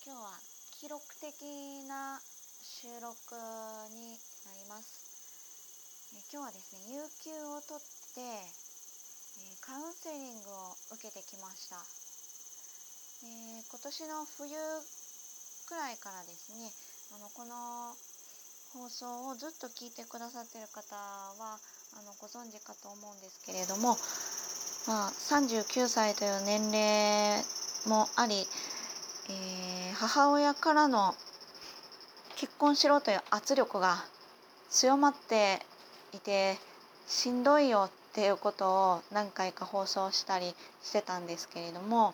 今日は記録的な収録になります。今日はですね、有給を取ってカウンセリングを受けてきました。今年の冬くらいからですね、この放送をずっと聞いてくださっている方はご存知かと思うんですけれども、39歳という年齢もあり、母親からの結婚しろという圧力が強まっていてしんどいよっていうことを何回か放送したりしてたんですけれども、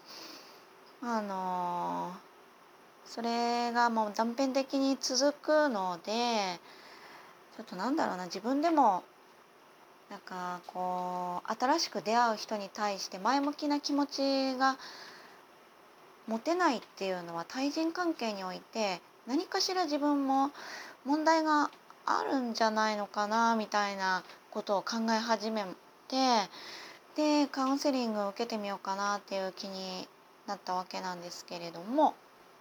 それがもう断片的に続くので、ちょっと自分でも新しく出会う人に対して前向きな気持ちが持てないっていうのは、対人関係において何かしら自分も問題があるんじゃないのかなみたいなことを考え始めて、でカウンセリングを受けてみようかなっていう気になったわけなんですけれども、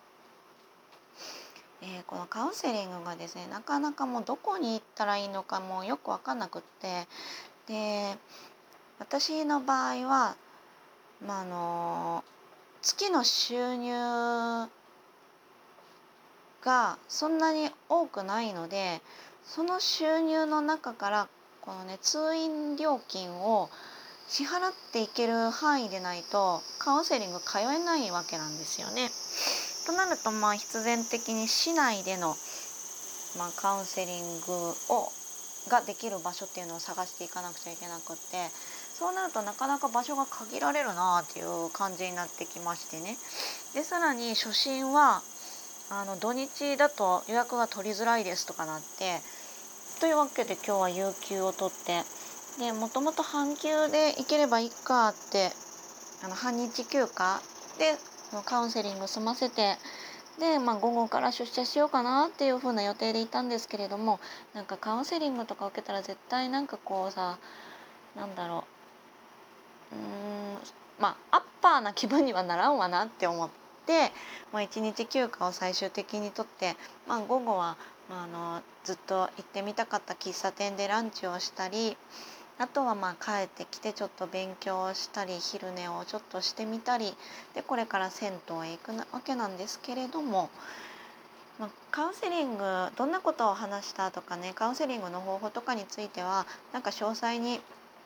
このカウンセリングがですね、なかなかもうどこに行ったらいいのかもよく分かんなくって、で私の場合は、月の収入がそんなに多くないので、その収入の中からこのね、通院料金を支払っていける範囲でないとカウンセリング通えないわけなんですよね。となると必然的に市内での、カウンセリングができる場所っていうのを探していかなくちゃいけなくって、そうなるとなかなか場所が限られるなっていう感じになってきましてね。でさらに初診は土日だと予約が取りづらいですとかなって、というわけで今日は有給を取って、でもともと半休で行ければいいかって半日休暇でカウンセリング済ませて、で、午後から出社しようかなっていう風な予定でいたんですけれども、カウンセリングとか受けたら絶対アッパーな気分にはならんわなって思って、一日休暇を最終的にとって、午後は、ずっと行ってみたかった喫茶店でランチをしたり、あとは帰ってきてちょっと勉強をしたり、昼寝をちょっとしてみたりで、これから銭湯へ行くわけなんですけれども、カウンセリングどんなことを話したとかね、カウンセリングの方法とかについては詳細に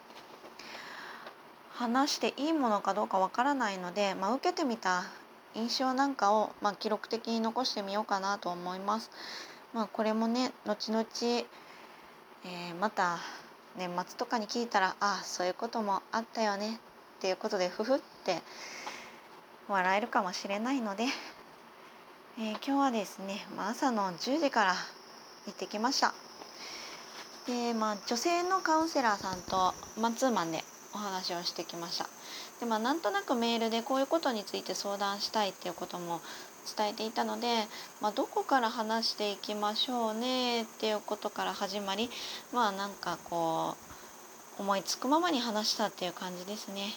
話していいものかどうかわからないので、受けてみた印象なんかを、記録的に残してみようかなと思います。これもね、後々、また年末とかに聞いたら、そういうこともあったよねっていうことでふふって笑えるかもしれないので、今日はですね、朝の10時から行ってきました。で、女性のカウンセラーさんとマンツーマンでお話をしてきました。で、なんとなくメールでこういうことについて相談したいっていうことも伝えていたので、どこから話していきましょうねっていうことから始まり、思いつくままに話したっていう感じですね。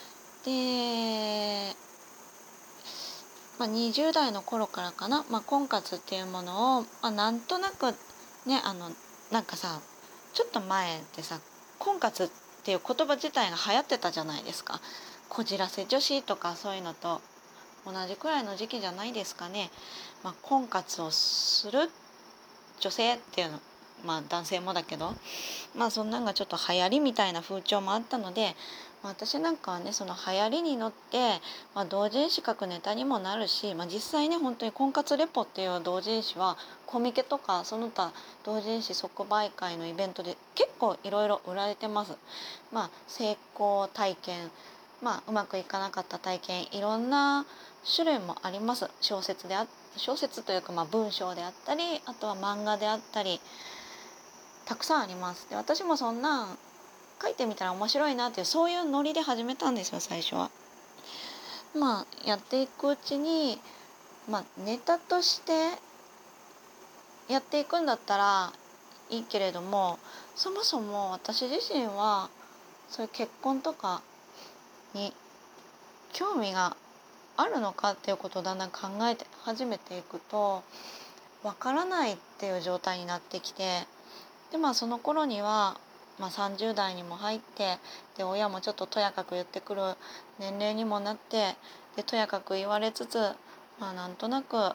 で、20代の頃からかな、婚活っていうものを、なんとなくね、ちょっと前ってさ、婚活っていう言葉自体が流行ってたじゃないですか。こじらせ女子とかそういうのと同じくらいの時期じゃないですかね。婚活をする女性っていうの、男性もだけど、そんなんがちょっと流行りみたいな風潮もあったので、私なんかはね、その流行りに乗って、同人誌書くネタにもなるし、実際ね、本当に婚活レポっていう同人誌はコミケとかその他同人誌即売会のイベントで結構いろいろ売られてます。成功体験、うまくいかなかった体験、いろんな種類もあります。小説というか文章であったり、あとは漫画であったり、たくさんあります。で、私もそんなん書いてみたら面白いなっていう、そういうノリで始めたんですよ、最初は。やっていくうちに、ネタとしてやっていくんだったらいいけれども、そもそも私自身はそういう結婚とかに興味があるのかっていうことをだんだん考えて始めていくと、わからないっていう状態になってきて、でその頃には、30代にも入って、で親もちょっととやかく言ってくる年齢にもなって、でとやかく言われつつ、なんとなく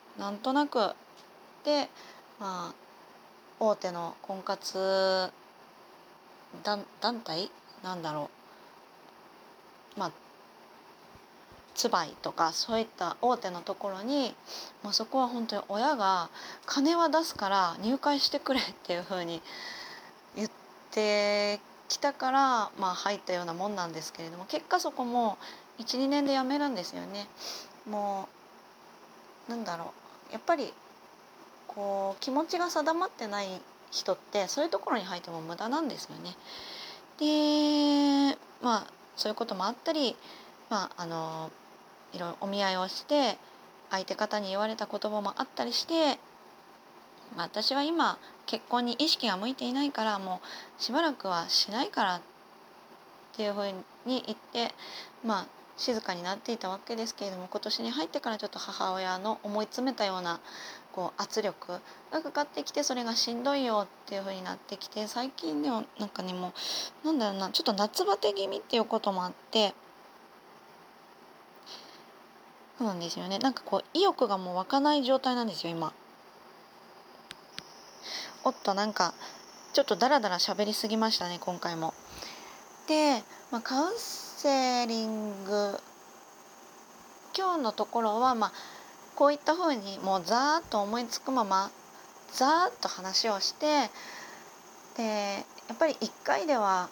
で、大手の婚活団体なんだろう、ツバイとかそういった大手のところに、そこは本当に親が金は出すから入会してくれっていうふうに言ってきたから、入ったようなもんなんですけれども、結果そこも 1,2 年で辞めるんですよね。もうやっぱり気持ちが定まってない人ってそういうところに入っても無駄なんですよね。でそういうこともあったり、いろいろお見合いをして相手方に言われた言葉もあったりして、私は今結婚に意識が向いていないからもうしばらくはしないからっていうふうに言って、静かになっていたわけですけれども、今年に入ってからちょっと母親の思い詰めたような圧力がかかってきて、それがしんどいよっていうふうになってきて、最近ではもうちょっと夏バテ気味っていうこともあって、そうなんですよね。意欲がもう湧かない状態なんですよ今。おっとちょっとダラダラ喋りすぎましたね今回も。で、カウンセリング今日のところはこういったふうにもうざーっと思いつくままざーっと話をして、でやっぱり1回では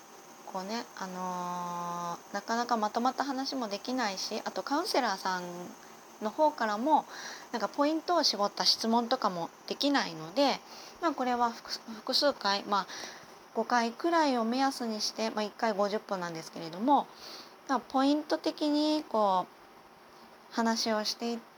なかなかまとまった話もできないし、あとカウンセラーさんの方からもポイントを絞った質問とかもできないので、これは複数回、5回くらいを目安にして、1回50分なんですけれども、ポイント的に話をしていって、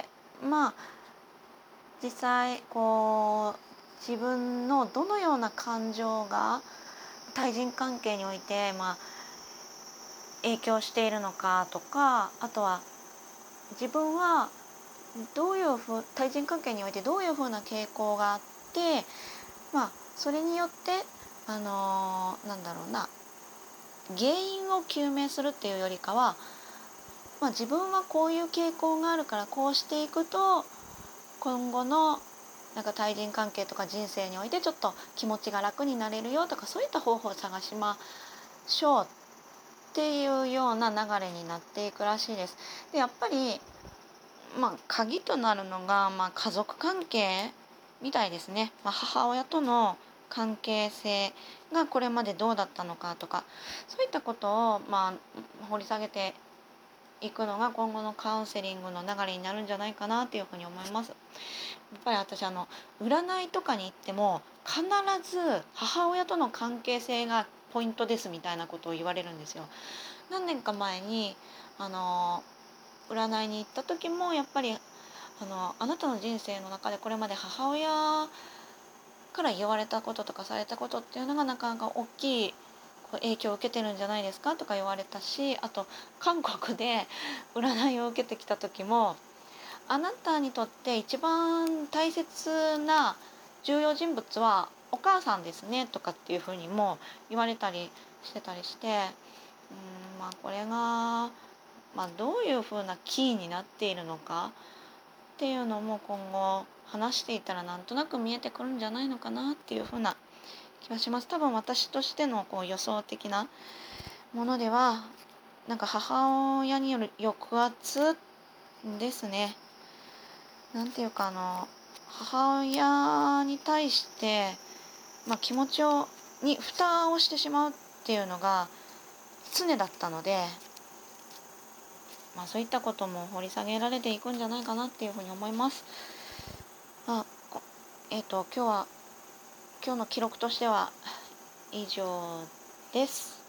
実際自分のどのような感情が対人関係において影響しているのかとか、あとは自分は対人関係においてどういうふうな傾向があって、それによって原因を究明するっていうよりかは、自分はこういう傾向があるからこうしていくと今後の対人関係とか人生においてちょっと気持ちが楽になれるよとか、そういった方法を探しましょうっていうような流れになっていくらしいです。でやっぱり鍵となるのが、家族関係みたいですね。母親との関係性がこれまでどうだったのかとか、そういったことを、掘り下げていくのが今後のカウンセリングの流れになるんじゃないかなっていうふうに思います。やっぱり私占いとかに行っても必ず母親との関係性がポイントですみたいなことを言われるんですよ。何年か前に占いに行った時もやっぱりあなたの人生の中でこれまで母親から言われたこととかされたことっていうのがなかなか大きい影響を受けてるんじゃないですかとか言われたし、あと韓国で占いを受けてきた時も、あなたにとって一番大切な重要人物はお母さんですねとかっていうふうにも言われたりしてたりして、これが、どういうふうなキーになっているのかっていうのも今後話していたらなんとなく見えてくるんじゃないのかなっていうふうな気がします。多分私としての予想的なものでは母親による抑圧ですね。なんていうか母親に対して、気持ちに蓋をしてしまうっていうのが常だったので、そういったことも掘り下げられていくんじゃないかなっていうふうに思います。今日の記録としては以上です。